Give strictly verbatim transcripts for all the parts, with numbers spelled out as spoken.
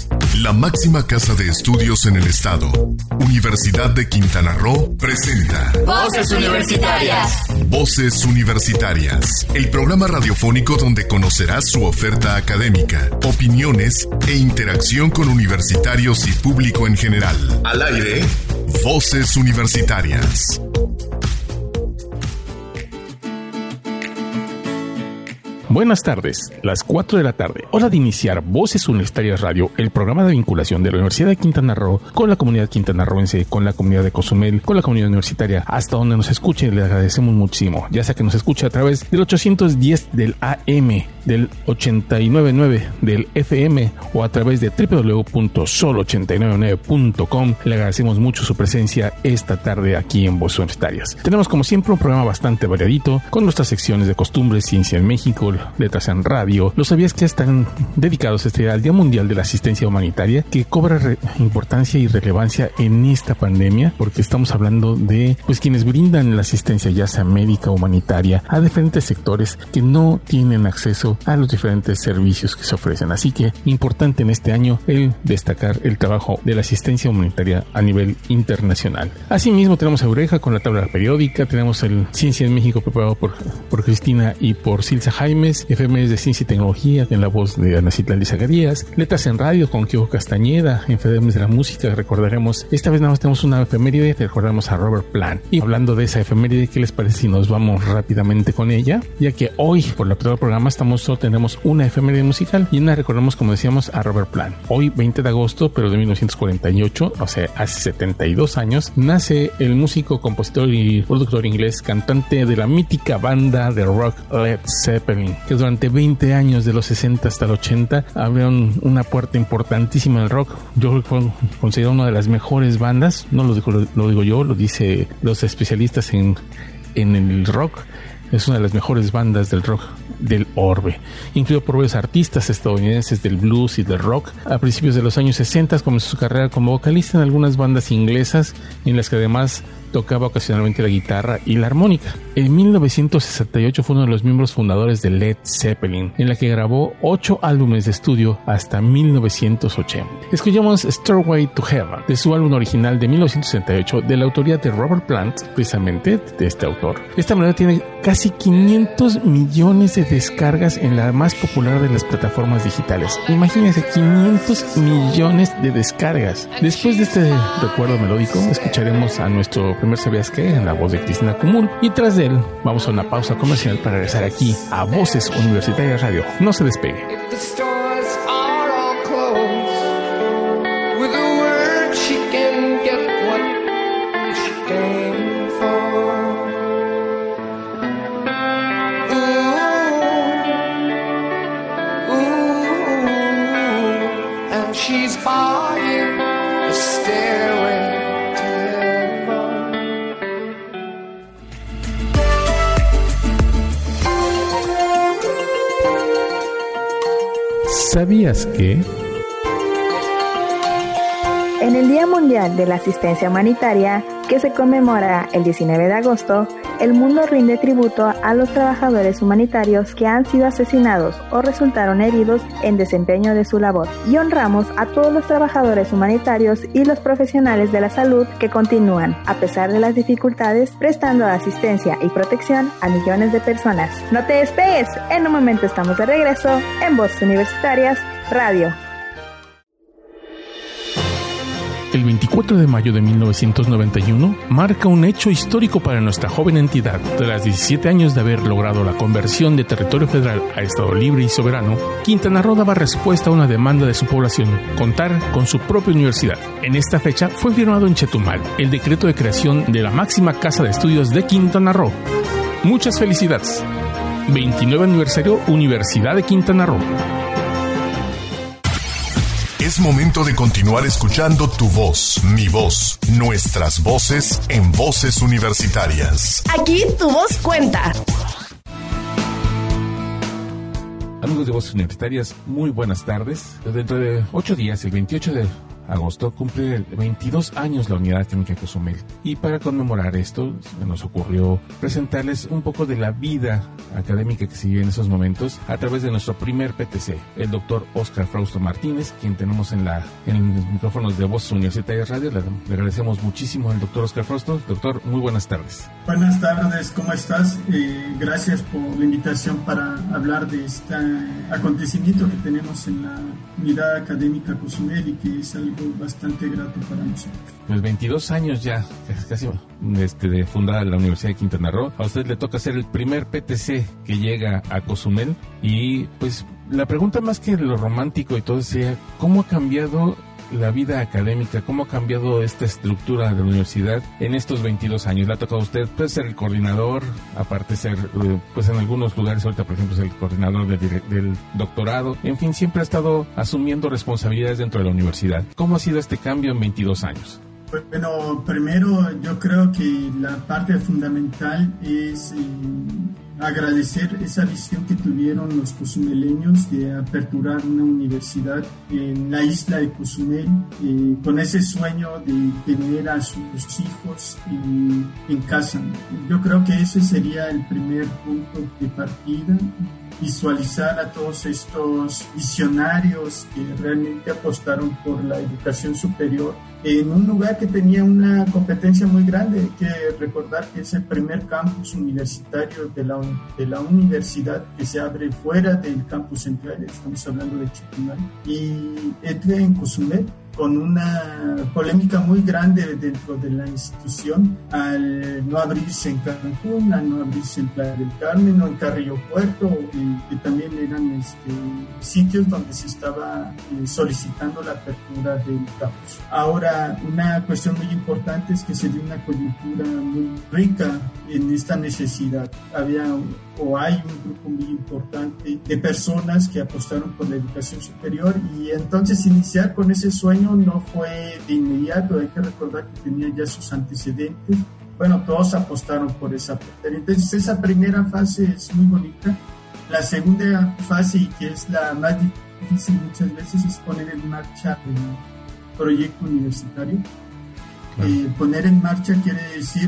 La máxima casa de estudios en el estado, Universidad de Quintana Roo, presenta Voces Universitarias. Voces Universitarias, el programa radiofónico donde conocerás su oferta académica, opiniones e interacción con universitarios y público en general. Al aire, Voces Universitarias. Buenas tardes, las cuatro de la tarde, hora de iniciar Voces Universitarias Radio, el programa de vinculación de la Universidad de Quintana Roo con la comunidad quintanarroense, con la comunidad de Cozumel, con la comunidad universitaria, hasta donde nos escuche, le agradecemos muchísimo, ya sea que nos escuche a través del ochocientos diez del A M, del ochenta y nueve punto nueve del F M o a través de doble u doble u doble u punto sol ochenta y nueve nueve punto com. Le agradecemos mucho su presencia esta tarde aquí en Voces Universitarias. Tenemos como siempre un programa bastante variadito, con nuestras secciones de costumbres, ciencia en México, letras en radio. ¿Lo sabías que están dedicados este al Día Mundial de la Asistencia Humanitaria, que cobra re- importancia y relevancia en esta pandemia? Porque estamos hablando de pues quienes brindan la asistencia, ya sea médica o humanitaria, a diferentes sectores que no tienen acceso a los diferentes servicios que se ofrecen. Así que importante en este año el destacar el trabajo de la asistencia humanitaria a nivel internacional. Asimismo tenemos a Eureka con la tabla periódica, tenemos el Ciencia en México preparado por, por Cristina y por Silsa Jaimes, efemérides de ciencia y tecnología en la voz de Ana Citlali Zacarías, letras en radio con Kio Castañeda, efemérides de la música, recordaremos, esta vez nada más tenemos una efeméride, recordamos a Robert Plant. Y hablando de esa efeméride, ¿qué les parece si nos vamos rápidamente con ella? Ya que hoy, por la del programa, estamos solo tenemos una efeméride musical y una recordamos, como decíamos, a Robert Plant. Hoy, veinte de agosto, pero de mil novecientos cuarenta y ocho, o sea, hace setenta y dos años, nace el músico, compositor y productor inglés, cantante de la mítica banda de rock Led Zeppelin, que durante veinte años, de los sesenta hasta el ochenta, abrieron una puerta importantísima en el rock. Yo creo que fue considerado una de las mejores bandas, no lo digo, lo, lo digo yo, lo dice los especialistas en, en el rock. Es una de las mejores bandas del rock del orbe, incluido por varios artistas estadounidenses del blues y del rock. A principios de los años sesenta comenzó su carrera como vocalista en algunas bandas inglesas, en las que además tocaba ocasionalmente la guitarra y la armónica. En mil novecientos sesenta y ocho fue uno de los miembros fundadores de Led Zeppelin, en la que grabó ocho álbumes de estudio hasta mil novecientos ochenta. Escuchamos Stairway to Heaven, de su álbum original de mil novecientos sesenta y ocho, de la autoría de Robert Plant, precisamente de este autor. Esta manera tiene casi quinientos millones de descargas en la más popular de las plataformas digitales. Imagínense, quinientos millones de descargas. Después de este recuerdo melódico, escucharemos a nuestro primer ¿Sabías qué? En la voz de Cristina Cumul, y tras de él vamos a una pausa comercial para regresar aquí a Voces Universitarias Radio. No se despegue. She's buying a stairway to heaven. ¿Sabías que? En el Día Mundial de la Asistencia Humanitaria, que se conmemora el diecinueve de agosto, el mundo rinde tributo a los trabajadores humanitarios que han sido asesinados o resultaron heridos en desempeño de su labor, y honramos a todos los trabajadores humanitarios y los profesionales de la salud que continúan, a pesar de las dificultades, prestando asistencia y protección a millones de personas. No te despegues, en un momento estamos de regreso en Voces Universitarias Radio. El veinticuatro de mayo de mil novecientos noventa y uno marca un hecho histórico para nuestra joven entidad. Tras diecisiete años de haber logrado la conversión de territorio federal a Estado libre y soberano, Quintana Roo daba respuesta a una demanda de su población: contar con su propia universidad. En esta fecha fue firmado en Chetumal el decreto de creación de la máxima casa de estudios de Quintana Roo. Muchas felicidades. veintinueve aniversario Universidad de Quintana Roo. Es momento de continuar escuchando tu voz, mi voz, nuestras voces en Voces Universitarias. Aquí tu voz cuenta. Amigos de Voces Universitarias, muy buenas tardes. Dentro de ocho días, el veintiocho de agosto cumple veintidós años la Unidad Académica Cozumel. Y para conmemorar esto, se nos ocurrió presentarles un poco de la vida académica que se vive en esos momentos a través de nuestro primer P T C, el doctor Óscar Frausto Martínez, quien tenemos en la en los micrófonos de Voces Universitarias Radio. Le, le agradecemos muchísimo al doctor Óscar Frausto. Doctor, muy buenas tardes. Buenas tardes, ¿cómo estás? Eh, gracias por la invitación para hablar de este acontecimiento que tenemos en la Unidad Académica Cozumel y que es algo bastante grato para nosotros. Pues veintidós años ya, casi este, de fundada la Universidad de Quintana Roo. A usted le toca ser el primer P T C que llega a Cozumel y pues la pregunta más que lo romántico y todo sea, ¿cómo ha cambiado la vida académica? ¿Cómo ha cambiado esta estructura de la universidad en estos veintidós años? Le ha tocado a usted pues, ser el coordinador, aparte ser, pues en algunos lugares ahorita, por ejemplo, es el coordinador del, del doctorado. En fin, siempre ha estado asumiendo responsabilidades dentro de la universidad. ¿Cómo ha sido este cambio en veintidós años? Bueno, primero yo creo que la parte fundamental es eh, agradecer esa visión que tuvieron los cozumeleños de aperturar una universidad en la isla de Cozumel, eh, con ese sueño de tener a sus hijos en, en casa. Yo creo que ese sería el primer punto de partida. Visualizar a todos estos visionarios que realmente apostaron por la educación superior en un lugar que tenía una competencia muy grande. Hay que recordar que es el primer campus universitario de la, de la universidad que se abre fuera del campus central, estamos hablando de Chetumal, y entra en Cozumel, con una polémica muy grande dentro de la institución al no abrirse en Cancún, al no abrirse en Playa del Carmen o en Carrillo Puerto, eh, que también eran este, sitios donde se estaba eh, solicitando la apertura del campus. Ahora, una cuestión muy importante es que se dio una coyuntura muy rica en esta necesidad. Había o hay un grupo muy importante de personas que apostaron por la educación superior y entonces iniciar con ese sueño no fue de inmediato. Hay que recordar que tenía ya sus antecedentes. Bueno, todos apostaron por esa parte. Entonces esa primera fase es muy bonita. La segunda fase, y que es la más difícil muchas veces, es poner en marcha el proyecto universitario. Claro. Eh, poner en marcha quiere decir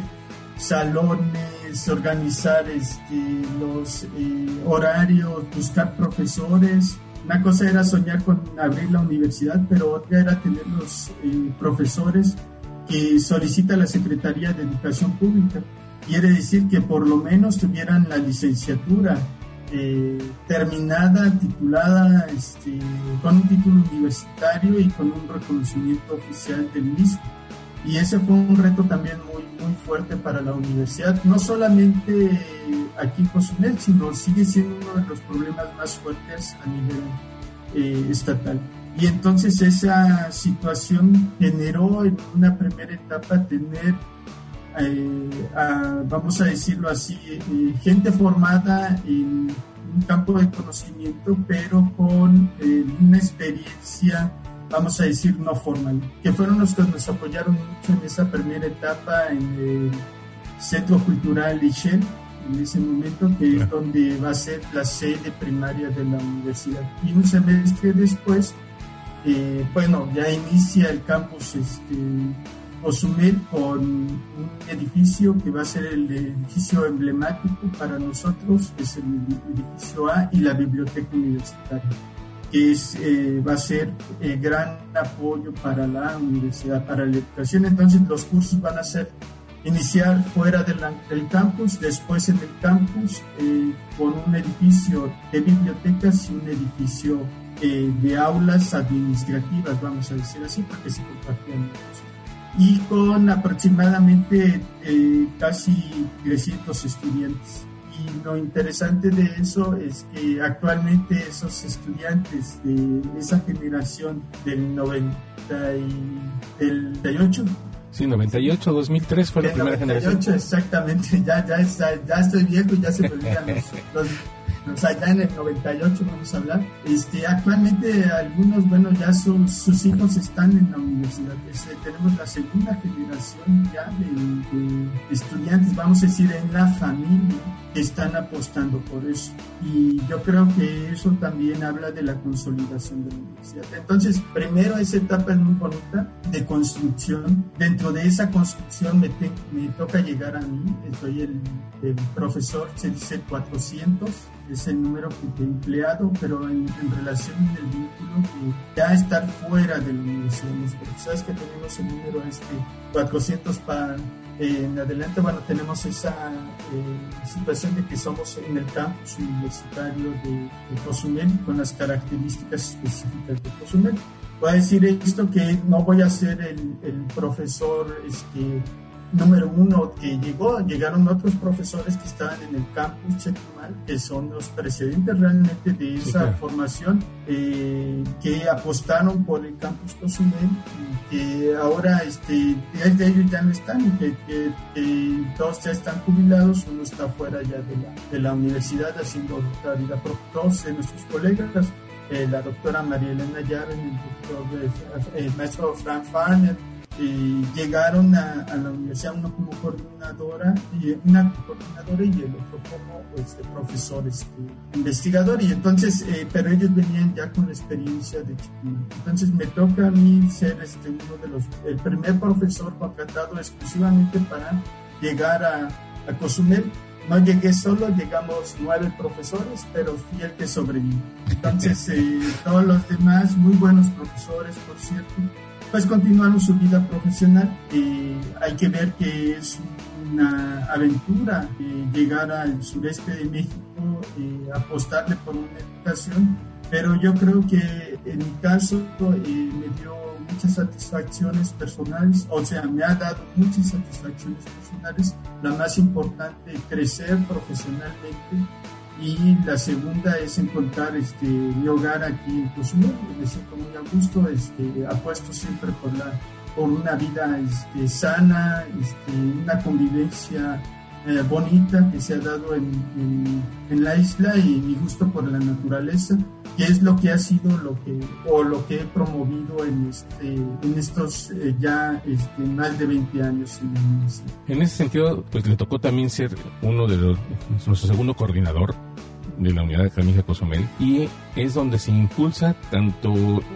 salones, organizar este, los eh, horarios, buscar profesores. Una cosa era soñar con abrir la universidad, pero otra era tener los eh, profesores que solicita la Secretaría de Educación Pública. Quiere decir que por lo menos tuvieran la licenciatura eh, terminada, titulada, este, con un título universitario y con un reconocimiento oficial del mismo. Y ese fue un reto también muy, muy fuerte para la universidad, no solamente aquí en Cozumel, sino sigue siendo uno de los problemas más fuertes a nivel eh, estatal. Y entonces esa situación generó en una primera etapa tener, eh, a, vamos a decirlo así, eh, gente formada en un campo de conocimiento, pero con eh, una experiencia, vamos a decir, no formal, que fueron los que nos apoyaron mucho en esa primera etapa en el Centro Cultural Lichel, en ese momento, que es donde va a ser la sede primaria de la universidad. Y un semestre después, eh, bueno, ya inicia el campus este, Cozumel con un edificio que va a ser el edificio emblemático para nosotros, que es el edificio A, y la biblioteca universitaria, que es, eh, va a ser eh, gran apoyo para la universidad, para la educación. Entonces los cursos van a ser iniciar fuera de la, del campus, después en el campus, eh, con un edificio de bibliotecas y un edificio eh, de aulas administrativas, vamos a decir así, porque se compartían mucho. Y con aproximadamente eh, casi trescientos estudiantes. Y lo interesante de eso es que actualmente esos estudiantes de esa generación del noventa y ocho, sí, noventa y ocho, dos mil tres fue la primera noventa y ocho, generación. Exactamente, ya, ya, está, ya estoy viejo y ya se me olvidan los, los, o sea, ya en el noventa y ocho vamos a hablar. Este, actualmente algunos, bueno, ya son, sus hijos están en la universidad. Este, tenemos la segunda generación ya de, de estudiantes, vamos a decir, en la familia, que están apostando por eso. Y yo creo que eso también habla de la consolidación de la universidad. Entonces, primero, esa etapa es muy bonita de construcción. Dentro de esa construcción me, te, me toca llegar a mí. Soy el, el profesor, se dice cuatrocientos, es el número que he empleado, pero en, en relación en el vínculo que ya estar fuera de la universidad. Porque sabes que tenemos el número este cuatrocientos para... Eh, en adelante, bueno, tenemos esa eh, situación de que somos en el campus universitario de, de Cozumel, con las características específicas de Cozumel. Voy a decir esto, que no voy a ser el, el profesor este, número uno que llegó, llegaron otros profesores que estaban en el campus Chetumal, que son los precedentes realmente de esa sí, claro. formación, eh, que apostaron por el campus Cozumel, y que ahora este, tres de ellos ya no están, y que, que, que dos ya están jubilados, uno está fuera ya de la, de la universidad haciendo la vida propia. Dos de nuestros colegas, eh, la doctora María Elena Yaren, el, doctor, el maestro Frank Farner, y llegaron a, a la universidad, uno como coordinadora y una coordinadora y el otro como pues, profesor este, investigador, y entonces eh, pero ellos venían ya con la experiencia de Chetumal. Entonces me toca a mí ser este, uno de los el primer profesor contratado exclusivamente para llegar a, a Cozumel. No llegué solo, llegamos nueve profesores, pero fui el que sobrevivió. Entonces eh, todos los demás, muy buenos profesores, por cierto, pues continuaron su vida profesional. Eh, hay que ver que es una aventura eh, llegar al sureste de México, eh, apostarle por una educación, pero yo creo que en mi caso eh, me dio muchas satisfacciones personales, o sea, me ha dado muchas satisfacciones personales. La más importante, crecer profesionalmente, y la segunda es encontrar este, mi hogar aquí en Cozumel. Me siento muy a gusto, este, apuesto siempre por, la, por una vida este, sana, este, una convivencia eh, bonita que se ha dado en, en, en la isla, y mi gusto por la naturaleza, que es lo que ha sido lo que o lo que he promovido en este en estos eh, ya este, más de veinte años en la universidad. En ese sentido, pues le tocó también ser uno de los nuestro segundo coordinador de la Unidad Académica Cozumel, y es donde se impulsa tanto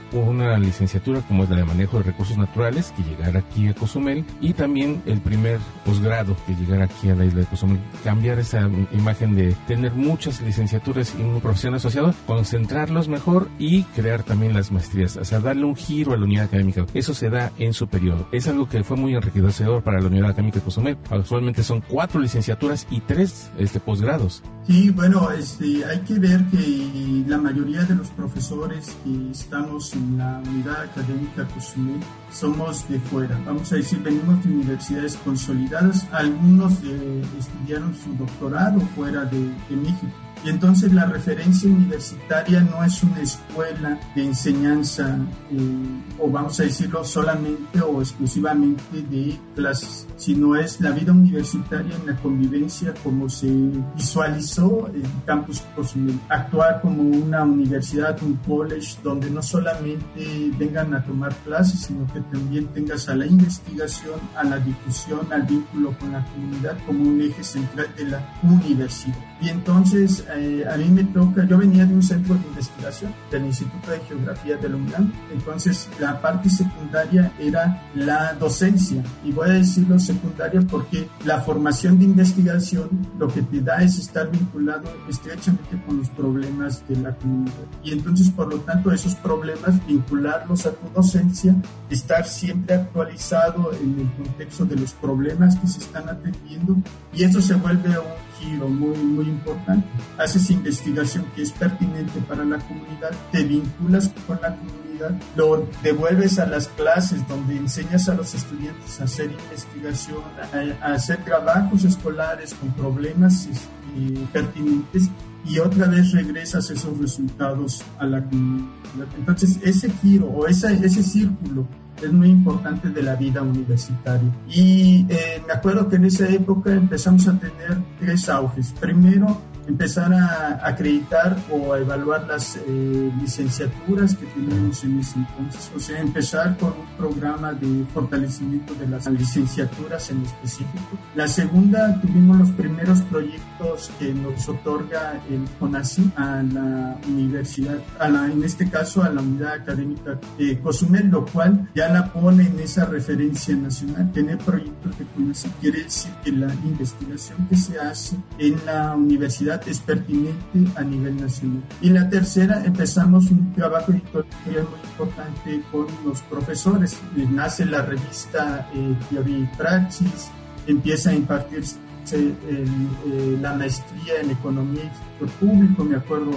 una licenciatura como es la de manejo de recursos naturales, que llegara aquí a Cozumel, y también el primer posgrado que llegara aquí a la isla de Cozumel. Cambiar esa imagen de tener muchas licenciaturas y un profesión asociado, concentrarlos mejor y crear también las maestrías, o sea, darle un giro a la unidad académica. Eso se da en su periodo. Es algo que fue muy enriquecedor para la Unidad Académica Cozumel. Actualmente son cuatro licenciaturas y tres este, posgrados. Sí, bueno, este, hay que ver que la mayoría de los profesores que estamos en la Unidad Académica Cozumel somos de fuera. Vamos a decir, venimos de universidades consolidadas. Algunos de, estudiaron su doctorado fuera de, de México. Y entonces la referencia universitaria no es una escuela de enseñanza, eh, o vamos a decirlo solamente o exclusivamente de clases, sino es la vida universitaria en la convivencia como se visualizó en Campus Cozumel. Actuar como una universidad, un college, donde no solamente vengan a tomar clases, sino que también tengas a la investigación, a la difusión, al vínculo con la comunidad como un eje central de la universidad. Y entonces eh, a mí me toca, yo venía de un centro de investigación del Instituto de Geografía de la UNAM, entonces la parte secundaria era la docencia, y voy a decirlo secundaria porque la formación de investigación lo que te da es estar vinculado estrechamente con los problemas de la comunidad, y entonces por lo tanto esos problemas vincularlos a tu docencia, estar siempre actualizado en el contexto de los problemas que se están atendiendo, y eso se vuelve un giro muy, muy importante. Haces investigación que es pertinente para la comunidad, te vinculas con la comunidad, lo devuelves a las clases donde enseñas a los estudiantes a hacer investigación, a, a hacer trabajos escolares con problemas este, pertinentes, y otra vez regresas esos resultados a la comunidad. Entonces ese giro o esa, ese círculo es muy importante de la vida universitaria. Y eh, me acuerdo que en esa época empezamos a tener tres auges. Primero, empezar a acreditar o a evaluar las eh, licenciaturas que teníamos en ese entonces, o sea, empezar con un programa de fortalecimiento de las licenciaturas en específico. La segunda, tuvimos los primeros proyectos que nos otorga el CONACYT a la universidad, a la, en este caso a la unidad académica de Cozumel, lo cual ya la pone en esa referencia nacional. Tener proyectos de CONACYT quiere decir que la investigación que se hace en la universidad es pertinente a nivel nacional. Y la tercera, empezamos un trabajo editorial muy importante con los profesores. Nace la revista eh, Teoría y Praxis, empieza a impartirse el, eh, la maestría en Economía y Sector Público, me acuerdo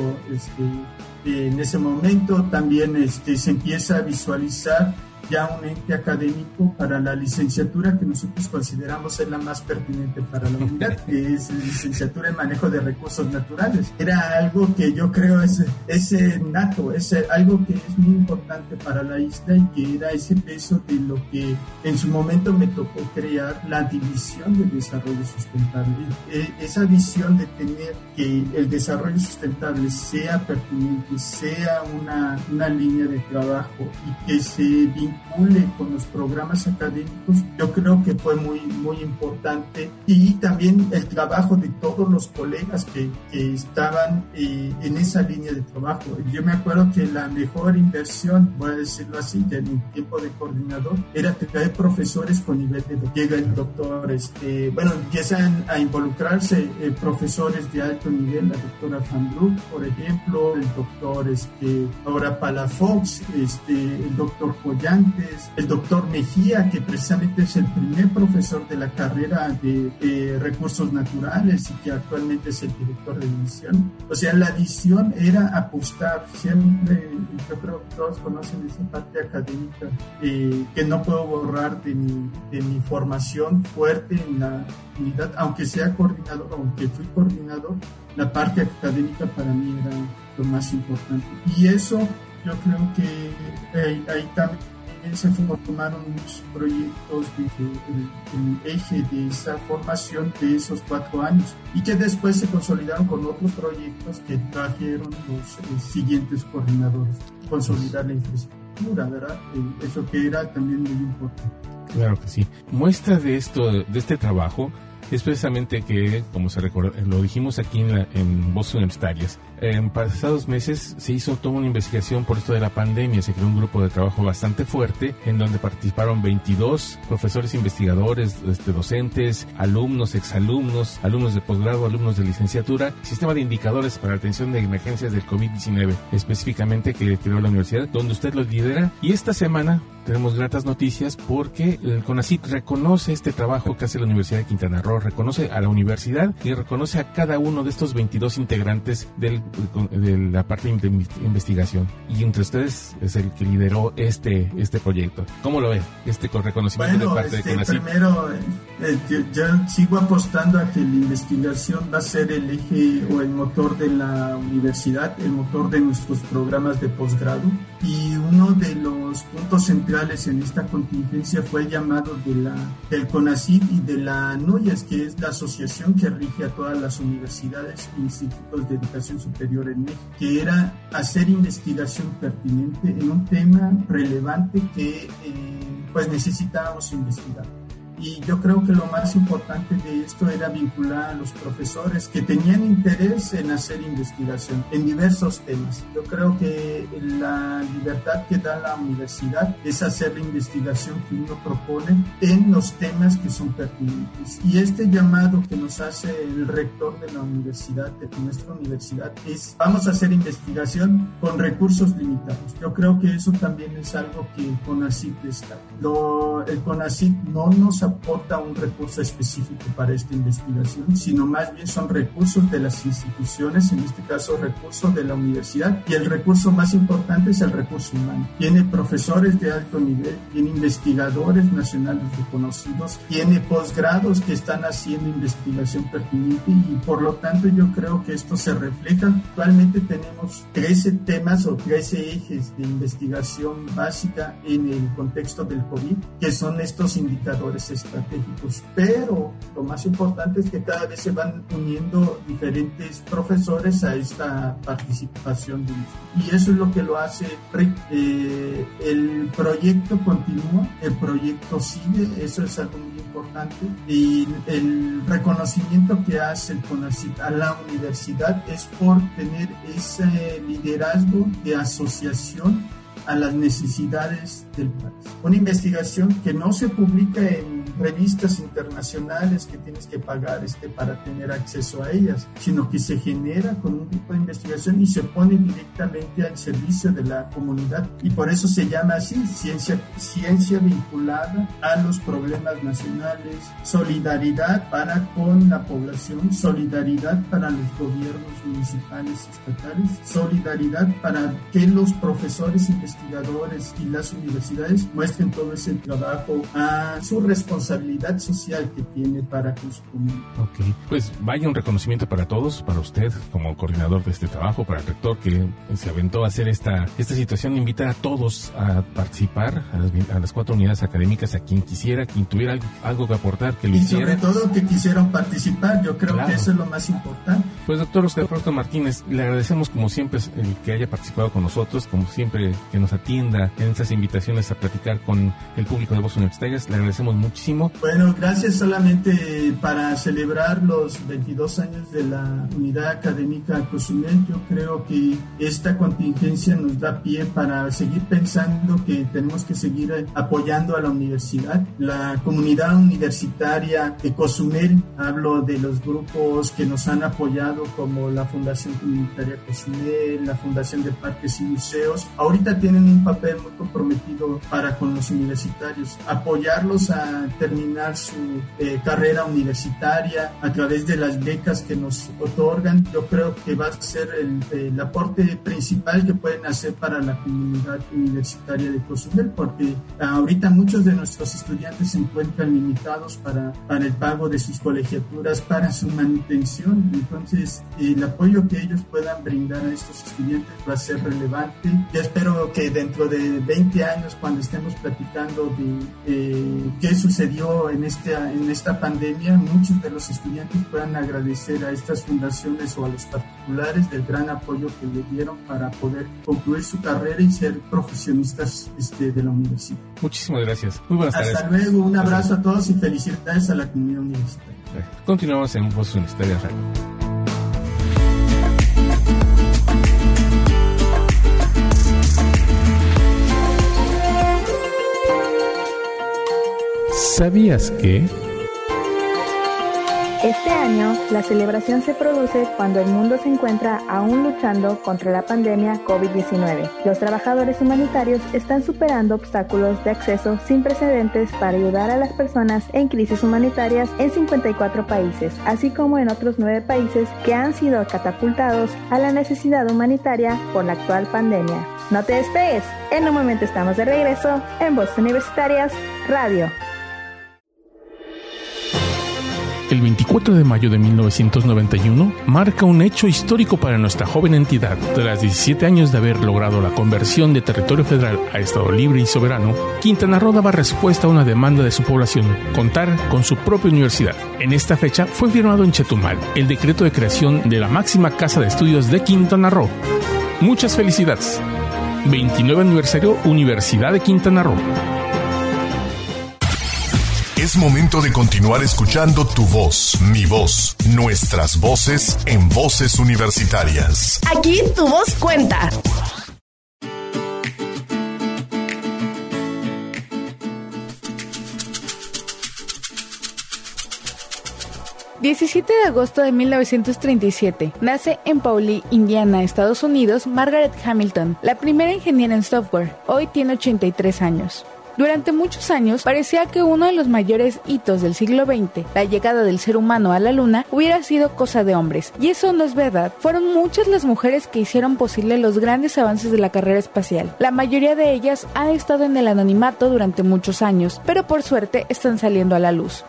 este, en ese momento. También este, se empieza a visualizar ya un ente académico para la licenciatura que nosotros consideramos ser la más pertinente para la unidad, que es la licenciatura en manejo de recursos naturales. Era algo que yo creo es, es nato, es algo que es muy importante para la isla y que era ese peso de lo que en su momento me tocó crear, la división del desarrollo sustentable. Esa visión de tener que el desarrollo sustentable sea pertinente, sea una, una línea de trabajo y que se vincule con los programas académicos, yo creo que fue muy, muy importante. Y también el trabajo de todos los colegas que, que estaban eh, en esa línea de trabajo. Yo me acuerdo que la mejor inversión, voy a decirlo así, de mi tiempo de coordinador, era traer profesores con nivel de doctor. Llega el doctor, este, bueno, empiezan a involucrarse eh, profesores de alto nivel, la doctora Van Broek, por ejemplo, el doctor este, ahora Palafox, este, el doctor Collante, el doctor Mejía, que precisamente es el primer profesor de la carrera de, de recursos naturales y que actualmente es el director de división. O sea, la visión era apostar siempre, yo creo que todos conocen esa parte académica eh, que no puedo borrar de mi, de mi formación fuerte en la unidad, aunque sea coordinador, aunque fui coordinador, la parte académica para mí era lo más importante. Y eso yo creo que eh, ahí también se formaron muchos proyectos del eje de esa formación de esos cuatro años y que después se consolidaron con otros proyectos que trajeron los eh, siguientes coordinadores, consolidar la infraestructura, ¿verdad? Eh, eso que era también muy importante. Claro que sí. Muestra de esto, de este trabajo, es precisamente que, como se recuerda, lo dijimos aquí en, la, en Voces Universitarias, en pasados meses se hizo toda una investigación por esto de la pandemia, se creó un grupo de trabajo bastante fuerte en donde participaron veintidós profesores investigadores, este, docentes, alumnos, exalumnos, alumnos de posgrado, alumnos de licenciatura, sistema de indicadores para la atención de emergencias del covid diecinueve, específicamente que creó la universidad, donde usted lo lidera. Y esta semana tenemos gratas noticias porque el CONACYT reconoce este trabajo que hace la Universidad de Quintana Roo, reconoce a la universidad y reconoce a cada uno de estos veintidós integrantes del, de la parte de investigación. Y entre ustedes es el que lideró este, este proyecto. ¿Cómo lo ve este reconocimiento bueno, de parte este, de CONACYT? Primero, eh, yo, yo sigo apostando a que la investigación va a ser el eje o el motor de la universidad, el motor de nuestros programas de posgrado. Y uno de los puntos centrales en esta contingencia fue el llamado de la, del CONACYT y de la NUYES, que es la asociación que rige a todas las universidades e institutos de educación superior en México, que era hacer investigación pertinente en un tema relevante que eh, pues necesitábamos investigar. Y yo creo que lo más importante de esto era vincular a los profesores que tenían interés en hacer investigación en diversos temas. Yo creo que la libertad que da la universidad es hacer la investigación que uno propone en los temas que son pertinentes. Y este llamado que nos hace el rector de la universidad, de nuestra universidad, es vamos a hacer investigación con recursos limitados. Yo creo que eso también es algo que el CONACYT destaca. Lo, el CONACYT no nos aporta un recurso específico para esta investigación, sino más bien son recursos de las instituciones, en este caso recursos de la universidad, y el recurso más importante es el recurso humano. Tiene profesores de alto nivel, tiene investigadores nacionales reconocidos, tiene posgrados que están haciendo investigación pertinente y por lo tanto yo creo que esto se refleja. Actualmente tenemos trece temas o trece ejes de investigación básica en el contexto del COVID, que son estos indicadores. temas estratégicos, pero lo más importante es que cada vez se van uniendo diferentes profesores a esta participación de y eso es lo que lo hace rico. Eh, el proyecto continúa, el proyecto sigue, eso es algo muy importante, y el reconocimiento que hace el CONACYT a la universidad es por tener ese liderazgo de asociación a las necesidades del país. Una investigación que no se publica en revistas internacionales que tienes que pagar este, para tener acceso a ellas, sino que se genera con un grupo de investigación y se pone directamente al servicio de la comunidad, y por eso se llama así, ciencia, ciencia vinculada a los problemas nacionales, solidaridad para con la población, solidaridad para los gobiernos municipales y estatales, solidaridad para que los profesores investigadores y las universidades muestren todo ese trabajo a su responsabilidad social que tiene para con su comunidad. Ok, pues vaya un reconocimiento para todos, para usted como coordinador de este trabajo, para el rector que se aventó a hacer esta, esta situación, invitar a todos a participar, a las, a las cuatro unidades académicas, a quien quisiera, quien tuviera algo, algo que aportar, que lo y hiciera. Y sobre todo que quisieran participar, yo creo claro. que eso es lo más importante. Pues doctor Oscar Frausto Martínez, le agradecemos como siempre el que haya participado con nosotros, como siempre que nos atienda en estas invitaciones a platicar con el público de Voces Universitarias, le agradecemos muchísimo. Bueno, gracias. Solamente para celebrar los veintidós años de la unidad académica Cozumel, yo creo que esta contingencia nos da pie para seguir pensando que tenemos que seguir apoyando a la universidad, la comunidad universitaria de Cozumel. Hablo de los grupos que nos han apoyado como la Fundación Comunitaria Cozumel, la Fundación de Parques y Museos. Ahorita tienen un papel muy comprometido para con los universitarios, apoyarlos a terminar su eh, carrera universitaria a través de las becas que nos otorgan. Yo creo que va a ser el, el aporte principal que pueden hacer para la comunidad universitaria de Cozumel, porque ahorita muchos de nuestros estudiantes se encuentran limitados para, para el pago de sus colegiaturas, para su manutención. Entonces, el apoyo que ellos puedan brindar a estos estudiantes va a ser relevante. Yo espero que dentro de veinte años, cuando estemos platicando de eh, qué sucedió en, este, en esta pandemia, muchos de los estudiantes puedan agradecer a estas fundaciones o a los particulares del gran apoyo que le dieron para poder concluir su carrera y ser profesionistas este, de la universidad. Muchísimas gracias. Muy buenas tardes. Hasta luego. Un abrazo a todos y felicidades a la comunidad universitaria. Continuamos en Voces Universitarias Radio. ¿Sabías que? Este año, la celebración se produce cuando el mundo se encuentra aún luchando contra la pandemia COVID diecinueve. Los trabajadores humanitarios están superando obstáculos de acceso sin precedentes para ayudar a las personas en crisis humanitarias en cincuenta y cuatro países, así como en otros nueve países que han sido catapultados a la necesidad humanitaria por la actual pandemia. No te despegues, en un momento estamos de regreso en Voces Universitarias Radio. El veinticuatro de mayo de mil novecientos noventa y uno marca un hecho histórico para nuestra joven entidad. Tras diecisiete años de haber logrado la conversión de territorio federal a Estado libre y soberano, Quintana Roo daba respuesta a una demanda de su población, contar con su propia universidad. En esta fecha fue firmado en Chetumal el decreto de creación de la máxima casa de estudios de Quintana Roo. Muchas felicidades. veintinueve aniversario Universidad de Quintana Roo. Es momento de continuar escuchando tu voz, mi voz, nuestras voces en Voces Universitarias. Aquí tu voz cuenta. diecisiete de agosto de mil novecientos treinta y siete. Nace en Pauli, Indiana, Estados Unidos, Margaret Hamilton, la primera ingeniera en software. Hoy tiene ochenta y tres años. Durante muchos años parecía que uno de los mayores hitos del siglo veinte, la llegada del ser humano a la luna, hubiera sido cosa de hombres. Y eso no es verdad. Fueron muchas las mujeres que hicieron posible los grandes avances de la carrera espacial. La mayoría de ellas han estado en el anonimato durante muchos años, pero por suerte están saliendo a la luz.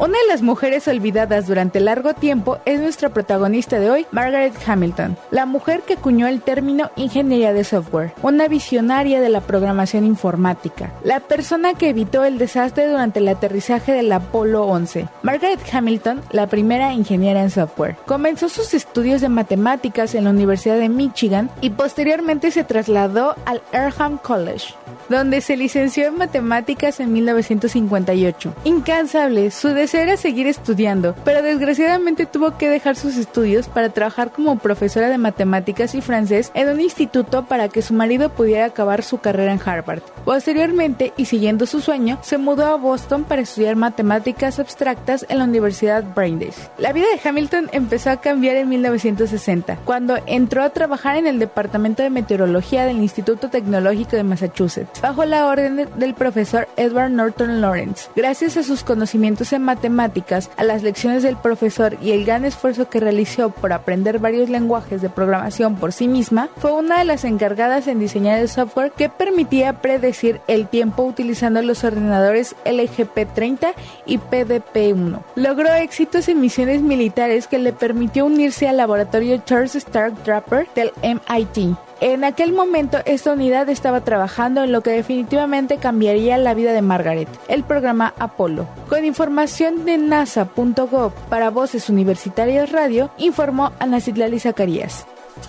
Una de las mujeres olvidadas durante largo tiempo es nuestra protagonista de hoy, Margaret Hamilton, la mujer que acuñó el término ingeniería de software, una visionaria de la programación informática, la persona que evitó el desastre durante el aterrizaje del Apolo once. Margaret Hamilton, la primera ingeniera en software, comenzó sus estudios de matemáticas en la Universidad de Michigan y posteriormente se trasladó al Earlham College, donde se licenció en matemáticas en mil novecientos cincuenta y ocho. Incansable, su deseo era seguir estudiando, pero desgraciadamente tuvo que dejar sus estudios para trabajar como profesora de matemáticas y francés en un instituto para que su marido pudiera acabar su carrera en Harvard. Posteriormente, y siguiendo su sueño, se mudó a Boston para estudiar matemáticas abstractas en la Universidad Brandeis. La vida de Hamilton empezó a cambiar en mil novecientos sesenta, cuando entró a trabajar en el Departamento de Meteorología del Instituto Tecnológico de Massachusetts, bajo la orden del profesor Edward Norton Lawrence. Gracias a sus conocimientos en matemáticas, a las lecciones del profesor y el gran esfuerzo que realizó por aprender varios lenguajes de programación por sí misma, fue una de las encargadas en diseñar el software que permitía predecir el tiempo utilizando los ordenadores L G P treinta y P D P uno. Logró éxitos en misiones militares que le permitió unirse al laboratorio Charles Stark Draper del M I T. En aquel momento, esta unidad estaba trabajando en lo que definitivamente cambiaría la vida de Margaret, el programa Apolo. Con información de nasa punto gov para Voces Universitarias Radio, informó Ana Citlali Zacarías.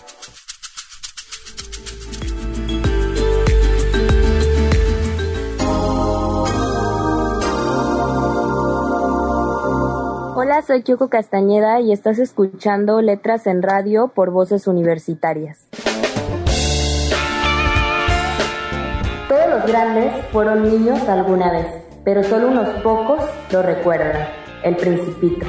Hola, soy Kyoko Castañeda y estás escuchando Letras en Radio por Voces Universitarias. Todos los grandes fueron niños alguna vez, pero solo unos pocos lo recuerdan. El Principito.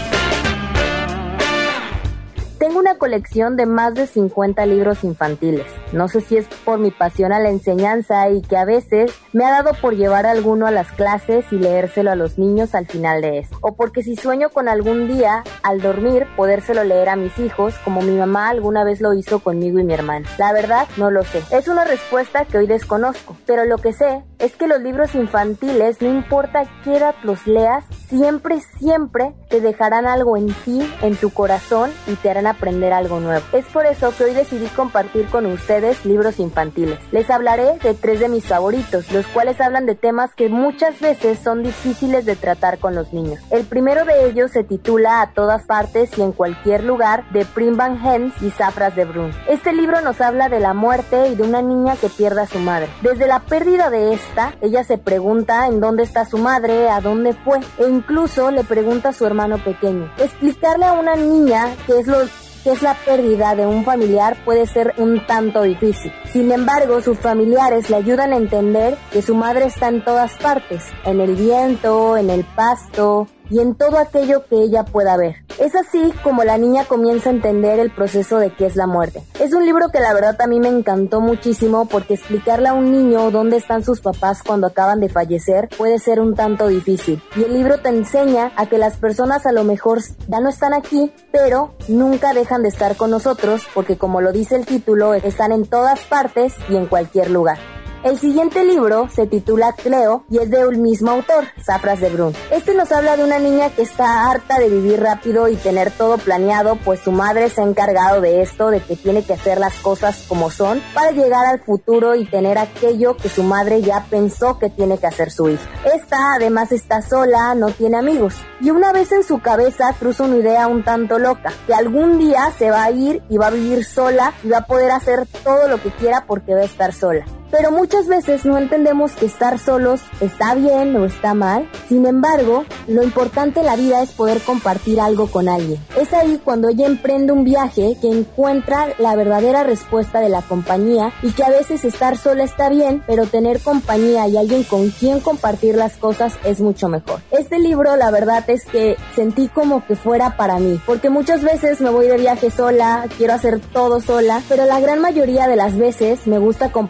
Tengo una colección de más de cincuenta libros infantiles. No sé si es por mi pasión a la enseñanza y que a veces me ha dado por llevar alguno a las clases y leérselo a los niños al final de eso. O porque si sueño con algún día, al dormir, podérselo leer a mis hijos, como mi mamá alguna vez lo hizo conmigo y mi hermana. La verdad, no lo sé. Es una respuesta que hoy desconozco. Pero lo que sé es que los libros infantiles, no importa qué edad los leas, siempre, siempre te dejarán algo en ti, en tu corazón y te harán aprender algo nuevo. Es por eso que hoy decidí compartir con ustedes libros infantiles. Les hablaré de tres de mis favoritos, los cuales hablan de temas que muchas veces son difíciles de tratar con los niños. El primero de ellos se titula A todas partes y en cualquier lugar, de Prim Van Hens y Safras de Brun. Este libro nos habla de la muerte y de una niña que pierde a su madre. Desde la pérdida de esta, ella se pregunta en dónde está su madre, a dónde fue, e incluso le pregunta a su hermano pequeño. Explicarle a una niña qué es lo que es la pérdida de un familiar puede ser un tanto difícil. Sin embargo, sus familiares le ayudan a entender que su madre está en todas partes, en el viento, en el pasto y en todo aquello que ella pueda ver. Es así como la niña comienza a entender el proceso de qué es la muerte. Es un libro que la verdad a mí me encantó muchísimo porque explicarle a un niño dónde están sus papás cuando acaban de fallecer puede ser un tanto difícil. Y el libro te enseña a que las personas a lo mejor ya no están aquí, pero nunca dejan de estar con nosotros porque, como lo dice el título, están en todas partes y en cualquier lugar. El siguiente libro se titula Cleo y es de un mismo autor, Safras de Brun. Este nos habla de una niña que está harta de vivir rápido y tener todo planeado, pues su madre se ha encargado de esto, de que tiene que hacer las cosas como son para llegar al futuro y tener aquello que su madre ya pensó que tiene que hacer su hija. Esta además está sola, no tiene amigos, y una vez en su cabeza cruza una idea un tanto loca, que algún día se va a ir y va a vivir sola y va a poder hacer todo lo que quiera porque va a estar sola. Pero muchas veces no entendemos que estar solos está bien o está mal. Sin embargo, lo importante en la vida es poder compartir algo con alguien. Es ahí cuando ella emprende un viaje que encuentra la verdadera respuesta de la compañía y que a veces estar sola está bien, pero tener compañía y alguien con quien compartir las cosas es mucho mejor. Este libro, la verdad es que sentí como que fuera para mí, porque muchas veces me voy de viaje sola, quiero hacer todo sola, pero la gran mayoría de las veces me gusta compartir con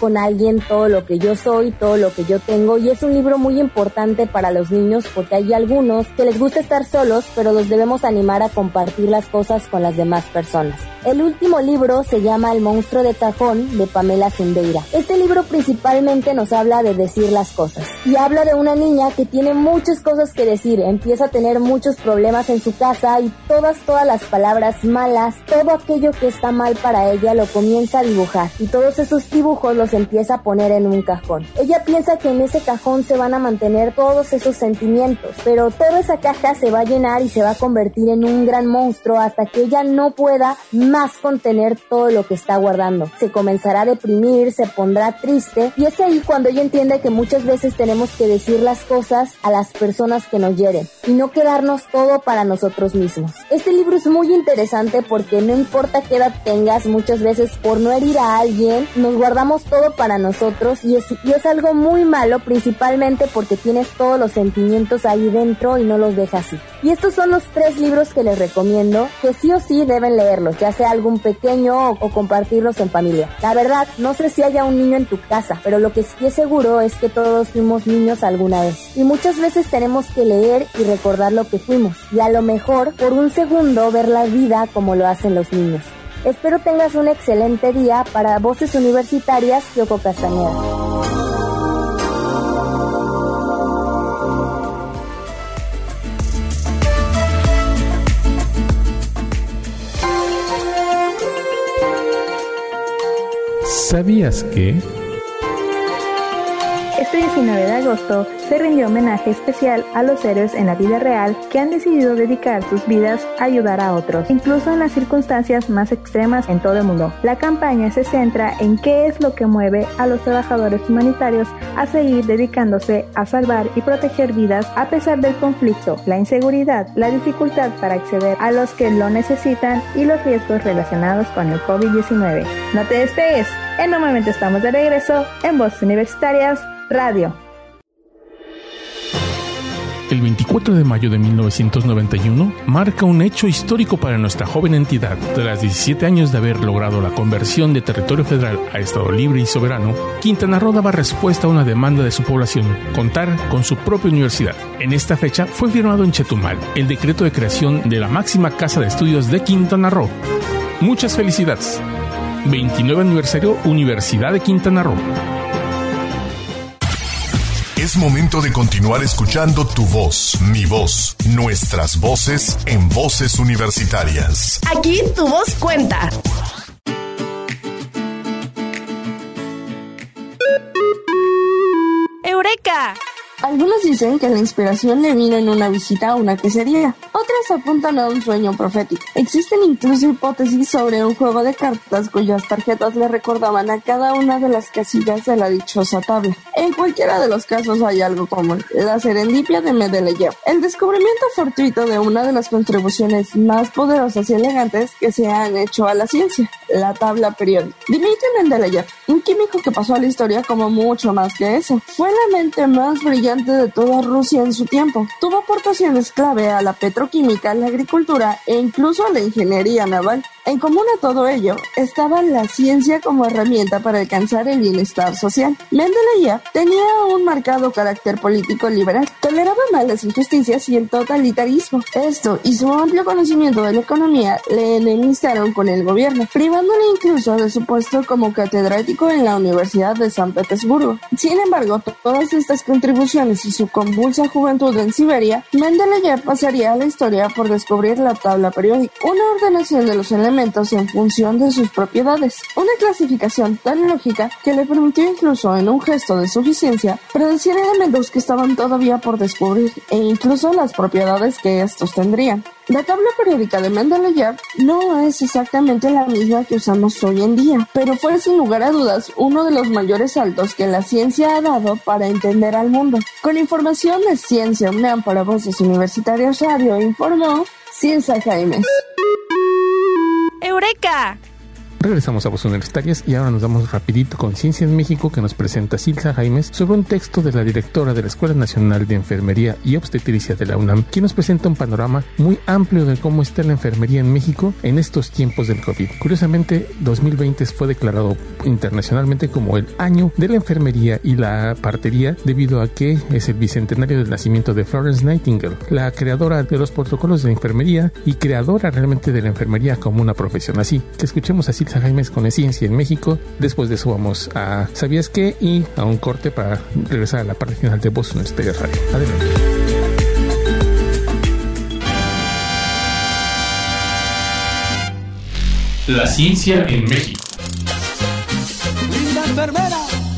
con alguien todo lo que yo soy, todo lo que yo tengo, y es un libro muy importante para los niños porque hay algunos que les gusta estar solos, pero los debemos animar a compartir las cosas con las demás personas. El último libro se llama El monstruo de cajón, de Pamela Zundeira. Este libro principalmente nos habla de decir las cosas y habla de una niña que tiene muchas cosas que decir, empieza a tener muchos problemas en su casa y todas, todas las palabras malas, todo aquello que está mal para ella lo comienza a dibujar y todos esos dibujos los empieza a poner en un cajón. Ella piensa que en ese cajón se van a mantener todos esos sentimientos, pero toda esa caja se va a llenar y se va a convertir en un gran monstruo hasta que ella no pueda más contener todo lo que está guardando. Se comenzará a deprimir, se pondrá triste y es ahí cuando ella entiende que muchas veces tenemos que decir las cosas a las personas que nos hieren y no quedarnos todo para nosotros mismos. Este libro es muy interesante porque no importa qué edad tengas, muchas veces por no herir a alguien nos guardamos todo para nosotros y es, y es algo muy malo, principalmente porque tienes todos los sentimientos ahí dentro y no los dejas ir. Y estos son los tres libros que les recomiendo, que sí o sí deben leerlos, ya sea algún pequeño o, o compartirlos en familia. La verdad, no sé si haya un niño en tu casa, pero lo que sí es seguro es que todos fuimos niños alguna vez. Y muchas veces tenemos que leer y recordar lo que fuimos. Y a lo mejor, por un segundo, ver la vida como lo hacen los niños. Espero tengas un excelente día. Para Voces Universitarias, Yoko Castañeda. ¿Sabías que? Este diecinueve de agosto se rindió homenaje especial a los héroes en la vida real que han decidido dedicar sus vidas a ayudar a otros, incluso en las circunstancias más extremas en todo el mundo. La campaña se centra en qué es lo que mueve a los trabajadores humanitarios a seguir dedicándose a salvar y proteger vidas a pesar del conflicto, la inseguridad, la dificultad para acceder a los que lo necesitan y los riesgos relacionados con el covid diecinueve. No te despegues, en un momento estamos de regreso en Voces Universitarias Radio. El veinticuatro de mayo de mil novecientos noventa y uno marca un hecho histórico para nuestra joven entidad. Tras diecisiete años de haber logrado la conversión de territorio federal a Estado libre y soberano, Quintana Roo daba respuesta a una demanda de su población, contar con su propia universidad. En esta fecha fue firmado en Chetumal el decreto de creación de la máxima casa de estudios de Quintana Roo. Muchas felicidades. veintinueve aniversario Universidad de Quintana Roo. Es momento de continuar escuchando tu voz, mi voz, nuestras voces en Voces Universitarias. Aquí tu voz cuenta. ¡Eureka! Algunos dicen que la inspiración le vino en una visita a una quesería. Otras apuntan a un sueño profético. Existen incluso hipótesis sobre un juego de cartas cuyas tarjetas le recordaban a cada una de las casillas de la dichosa tabla. En cualquiera de los casos hay algo común: la serendipia de Mendeleev, el descubrimiento fortuito de una de las contribuciones más poderosas y elegantes que se han hecho a la ciencia, la tabla periódica. Dmitri Mendeleev, un químico que pasó a la historia como mucho más que eso, fue la mente más brillante de toda Rusia en su tiempo. Tuvo aportaciones clave a la petroquímica, la agricultura e incluso a la ingeniería naval. En común a todo ello estaba la ciencia como herramienta para alcanzar el bienestar social. Mendeleev tenía un marcado carácter político liberal, toleraba mal las injusticias y el totalitarismo. Esto y su amplio conocimiento de la economía le enemistaron con el gobierno, privándole incluso de su puesto como catedrático en la Universidad de San Petersburgo. Sin embargo, todas estas contribuciones y su convulsa juventud en Siberia, Mendeleev pasaría a la historia por descubrir la tabla periódica, una ordenación de los elementos en función de sus propiedades, una clasificación tan lógica que le permitió incluso en un gesto de suficiencia predecir elementos que estaban todavía por descubrir e incluso las propiedades que estos tendrían. La tabla periódica de Mendeleev no es exactamente la misma que usamos hoy en día, pero fue sin lugar a dudas uno de los mayores saltos que la ciencia ha dado para entender al mundo. Con información de Ciencia UNAM para Voces Universitarias Radio, informó Cirsa Jaimes. ¡Eureka! Regresamos a Voces Universitarias y ahora nos vamos rapidito con Ciencia en México, que nos presenta Silsa Jaimes sobre un texto de la directora de la Escuela Nacional de Enfermería y Obstetricia de la UNAM, quien nos presenta un panorama muy amplio de cómo está la enfermería en México en estos tiempos del COVID. Curiosamente, dos mil veinte fue declarado internacionalmente como el año de la enfermería y la partería, debido a que es el bicentenario del nacimiento de Florence Nightingale, la creadora de los protocolos de enfermería y creadora realmente de la enfermería como una profesión. Así que escuchemos a Silsa Jaimes con Ciencia en México. Después de eso vamos a ¿Sabías qué? Y a un corte para regresar a la parte final de Voces Universitarias Radio. Adelante. La ciencia en México. ¡Linda enfermera!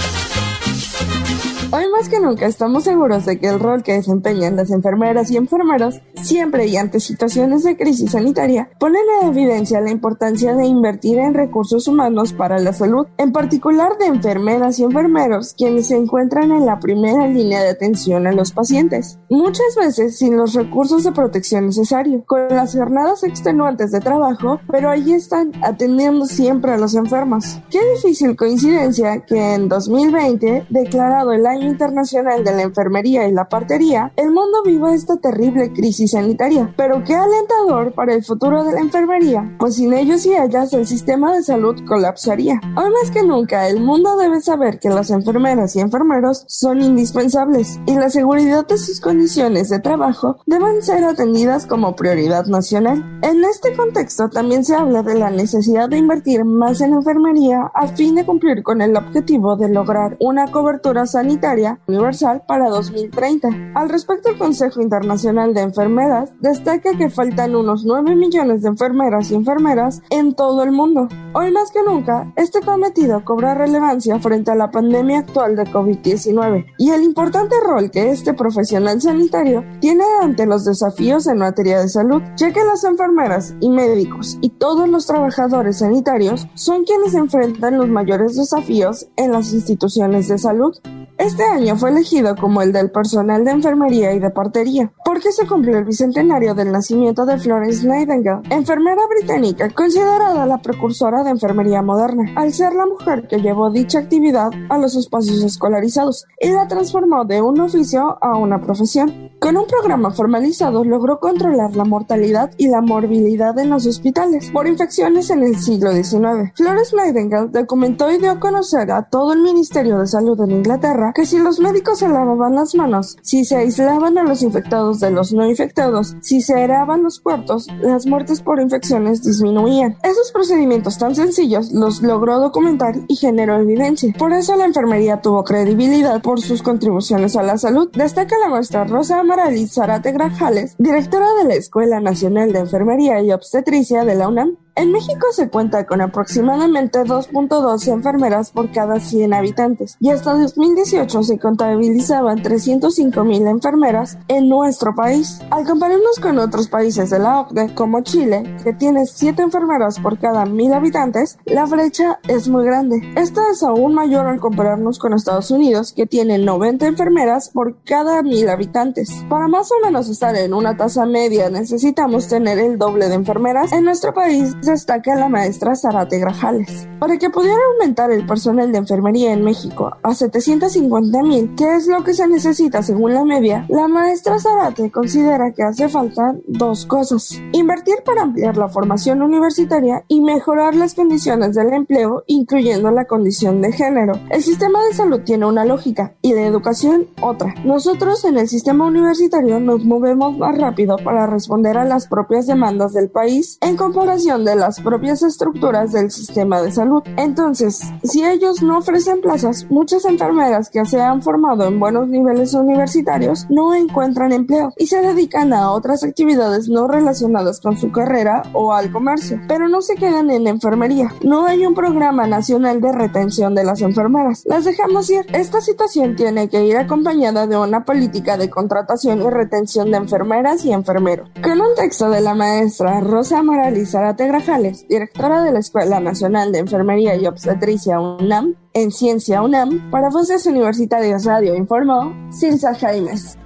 Hoy más que nunca estamos seguros de que el rol que desempeñan las enfermeras y enfermeros, siempre y ante situaciones de crisis sanitaria, ponen en evidencia la importancia de invertir en recursos humanos para la salud, en particular de enfermeras y enfermeros, quienes se encuentran en la primera línea de atención a los pacientes. Muchas veces sin los recursos de protección necesarios, con las jornadas extenuantes de trabajo, pero allí están, atendiendo siempre a los enfermos. Qué difícil coincidencia que en dos mil veinte, declarado el Año Internacional de la Enfermería y la Partería, el mundo viva esta terrible crisis sanitaria. Pero qué alentador para el futuro de la enfermería, pues sin ellos y ellas el sistema de salud colapsaría. Hoy más que nunca, el mundo debe saber que las enfermeras y enfermeros son indispensables y la seguridad de sus condiciones de trabajo deben ser atendidas como prioridad nacional. En este contexto también se habla de la necesidad de invertir más en enfermería a fin de cumplir con el objetivo de lograr una cobertura sanitaria universal para dos mil treinta. Al respecto, el Consejo Internacional de Enfermeras destaca que faltan unos nueve millones de enfermeras y enfermeras en todo el mundo. Hoy más que nunca, este cometido cobra relevancia frente a la pandemia actual de COVID diecinueve y el importante rol que este profesional sanitario tiene ante los desafíos en materia de salud, ya que las enfermeras y médicos y todos los trabajadores sanitarios son quienes enfrentan los mayores desafíos en las instituciones de salud. Este año fue elegido como el del personal de enfermería y de partería, porque se cumplió el bicentenario del nacimiento de Florence Nightingale, enfermera británica considerada la precursora de enfermería moderna, al ser la mujer que llevó dicha actividad a los espacios escolarizados y la transformó de un oficio a una profesión. Con un programa formalizado logró controlar la mortalidad y la morbilidad en los hospitales por infecciones en el siglo diecinueve. Florence Nightingale documentó y dio a conocer a todo el Ministerio de Salud en Inglaterra que si los médicos se lavaban las manos, si se aislaban a los infectados de los no infectados, si se aeraban los cuartos, las muertes por infecciones disminuían. Esos procedimientos tan sencillos los logró documentar y generó evidencia. Por eso la enfermería tuvo credibilidad por sus contribuciones a la salud. Destaca la maestra Rosa Amaralí Zárate Grajales, directora de la Escuela Nacional de Enfermería y Obstetricia de la UNAM. En México se cuenta con aproximadamente dos punto doce enfermeras por cada cien habitantes y hasta dos mil dieciocho se contabilizaban trescientos cinco mil enfermeras en nuestro país. Al compararnos con otros países de la O C D E como Chile, que tiene siete enfermeras por cada mil habitantes, la brecha es muy grande. Esta es aún mayor al compararnos con Estados Unidos, que tiene noventa enfermeras por cada mil habitantes. Para más o menos estar en una tasa media necesitamos tener el doble de enfermeras. En nuestro país destaca la maestra Zárate Grajales. Para que pudiera aumentar el personal de enfermería en México a setecientos cincuenta mil, que es lo que se necesita según la media, la maestra Zárate considera que hace falta dos cosas: invertir para ampliar la formación universitaria y mejorar las condiciones del empleo, incluyendo la condición de género. El sistema de salud tiene una lógica y la educación otra. Nosotros en el sistema universitario nos movemos más rápido para responder a las propias demandas del país en comparación de las propias estructuras del sistema de salud. Entonces, si ellos no ofrecen plazas, muchas enfermeras que se han formado en buenos niveles universitarios no encuentran empleo y se dedican a otras actividades no relacionadas con su carrera o al comercio, pero no se quedan en enfermería. No hay un programa nacional de retención de las enfermeras. Las dejamos ir. Esta situación tiene que ir acompañada de una política de contratación y retención de enfermeras y enfermeros. Con un texto de la maestra Rosa Amaralí Zárate Grajales, directora de la Escuela Nacional de Enfermería y Obstetricia UNAM, en Ciencia UNAM, para Voces Universitarias Radio informó Silsa Jaimes.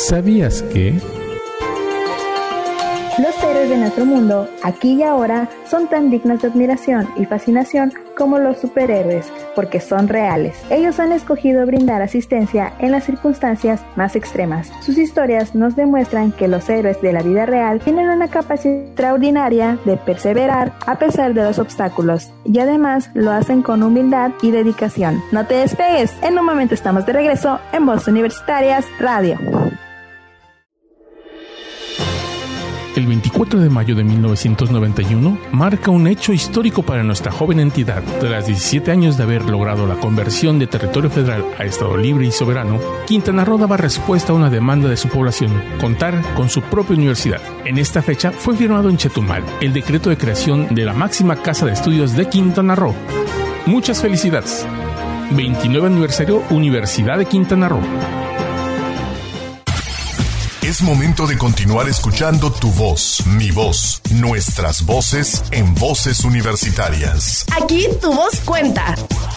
¿Sabías que? Los héroes de nuestro mundo, aquí y ahora, son tan dignos de admiración y fascinación como los superhéroes, porque son reales. Ellos han escogido brindar asistencia en las circunstancias más extremas. Sus historias nos demuestran que los héroes de la vida real tienen una capacidad extraordinaria de perseverar a pesar de los obstáculos, y además lo hacen con humildad y dedicación. No te despegues, en un momento estamos de regreso en Voces Universitarias Radio. El veinticuatro de mayo de mil novecientos noventa y uno marca un hecho histórico para nuestra joven entidad. Tras diecisiete años de haber logrado la conversión de territorio federal a Estado libre y soberano, Quintana Roo daba respuesta a una demanda de su población: contar con su propia universidad. En esta fecha fue firmado en Chetumal el decreto de creación de la máxima casa de estudios de Quintana Roo. Muchas felicidades. veintinueve aniversario Universidad de Quintana Roo. Es momento de continuar escuchando tu voz, mi voz, nuestras voces en Voces Universitarias. Aquí tu voz cuenta.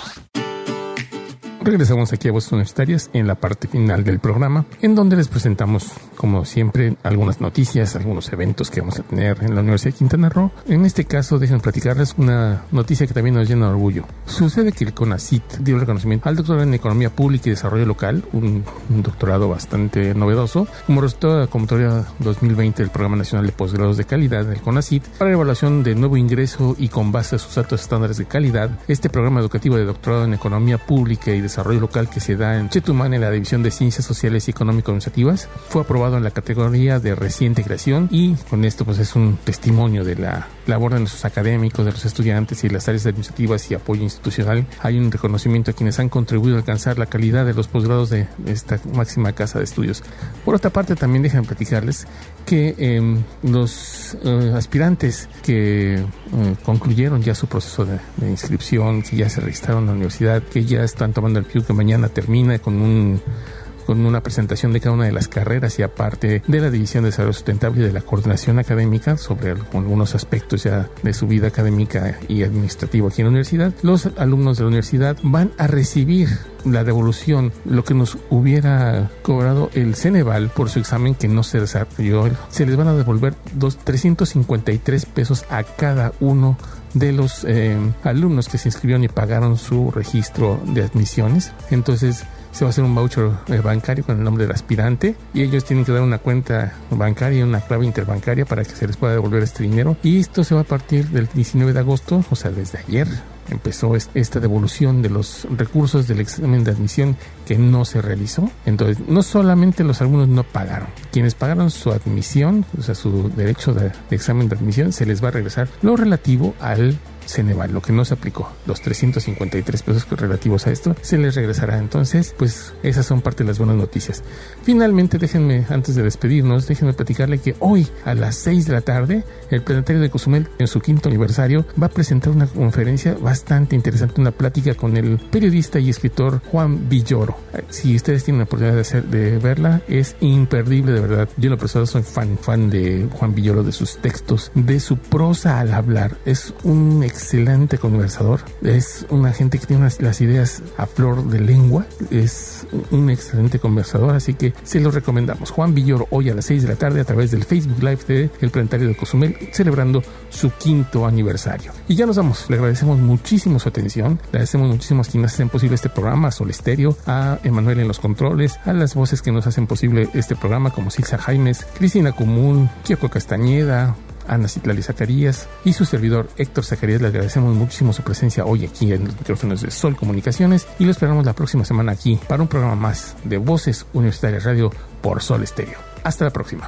Regresamos aquí a Voces Universitarias en la parte final del programa, en donde les presentamos, como siempre, algunas noticias, algunos eventos que vamos a tener en la Universidad de Quintana Roo. En este caso, déjenme platicarles una noticia que también nos llena de orgullo. Sucede que el CONACYT dio el reconocimiento al doctorado en Economía Pública y Desarrollo Local, un, un doctorado bastante novedoso, como resultado de la convocatoria dos mil veinte del Programa Nacional de Posgrados de Calidad del CONACYT para la evaluación de nuevo ingreso y con base a sus altos estándares de calidad. Este programa educativo de doctorado en Economía Pública y Desarrollo Local, que se da en Chetumal en la División de Ciencias Sociales y Económico-Administrativas, fue aprobado en la categoría de reciente creación, y con esto pues es un testimonio de la labor de nuestros académicos, de los estudiantes y las áreas administrativas y apoyo institucional. Hay un reconocimiento a quienes han contribuido a alcanzar la calidad de los posgrados de esta máxima casa de estudios. Por otra parte, también déjenme platicarles que eh, los eh, aspirantes que eh, concluyeron ya su proceso de, de inscripción, que ya se registraron en la universidad, que ya están tomando el P U, que mañana termina con un con una presentación de cada una de las carreras y aparte de la División de Desarrollo Sustentable y de la Coordinación Académica sobre algunos aspectos ya de su vida académica y administrativa aquí en la universidad. Los alumnos de la universidad van a recibir la devolución, lo que nos hubiera cobrado el Ceneval por su examen que no se desarrolló. Se les van a devolver dos, trescientos cincuenta y tres pesos a cada uno de los eh, alumnos que se inscribieron y pagaron su registro de admisiones. Entonces se va a hacer un voucher eh, bancario con el nombre del aspirante, y ellos tienen que dar una cuenta bancaria y una clave interbancaria para que se les pueda devolver este dinero. Y esto se va a partir del diecinueve de agosto, o sea, desde ayer empezó esta devolución de los recursos del examen de admisión que no se realizó. Entonces, no solamente los alumnos no pagaron, quienes pagaron su admisión, o sea, su derecho de, de examen de admisión, se les va a regresar lo relativo al Ceneval, lo que no se aplicó, los trescientos cincuenta y tres pesos relativos a esto, se les regresará. Entonces, pues esas son parte de las buenas noticias. Finalmente, déjenme, antes de despedirnos, déjenme platicarle que hoy a las seis de la tarde, el Planetario de Cozumel, en su quinto aniversario, va a presentar una conferencia bastante interesante, una plática con el periodista y escritor Juan Villoro. Si ustedes tienen la oportunidad de, hacer, de verla, es imperdible, de verdad. Yo en lo personal soy fan, fan de Juan Villoro, de sus textos, de su prosa al hablar. Es un excelente conversador, es una gente que tiene unas, las ideas a flor de lengua, es un excelente conversador, así que se lo recomendamos. Juan Villoro, hoy a las seis de la tarde a través del Facebook Live de El Planetario de Cozumel, celebrando su quinto aniversario. Y ya nos vamos, le agradecemos muchísimo su atención, le agradecemos muchísimo a quienes hacen posible este programa, a Sol Estéreo, a Emanuel en los controles, a las voces que nos hacen posible este programa como Silsa Jaimes, Cristina Común, Kiyoko Castañeda, Ana Citlali Zacarías y su servidor Héctor Zacarías. Le agradecemos muchísimo su presencia hoy aquí en los micrófonos de Sol Comunicaciones, y lo esperamos la próxima semana aquí para un programa más de Voces Universitarias Radio por Sol Estéreo. Hasta la próxima.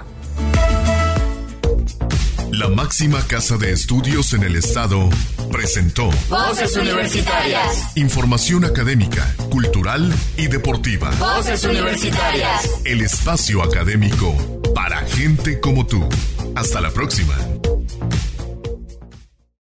La máxima casa de estudios en el estado presentó Voces Universitarias. Información académica, cultural y deportiva. Voces Universitarias. El espacio académico para gente como tú. Hasta la próxima.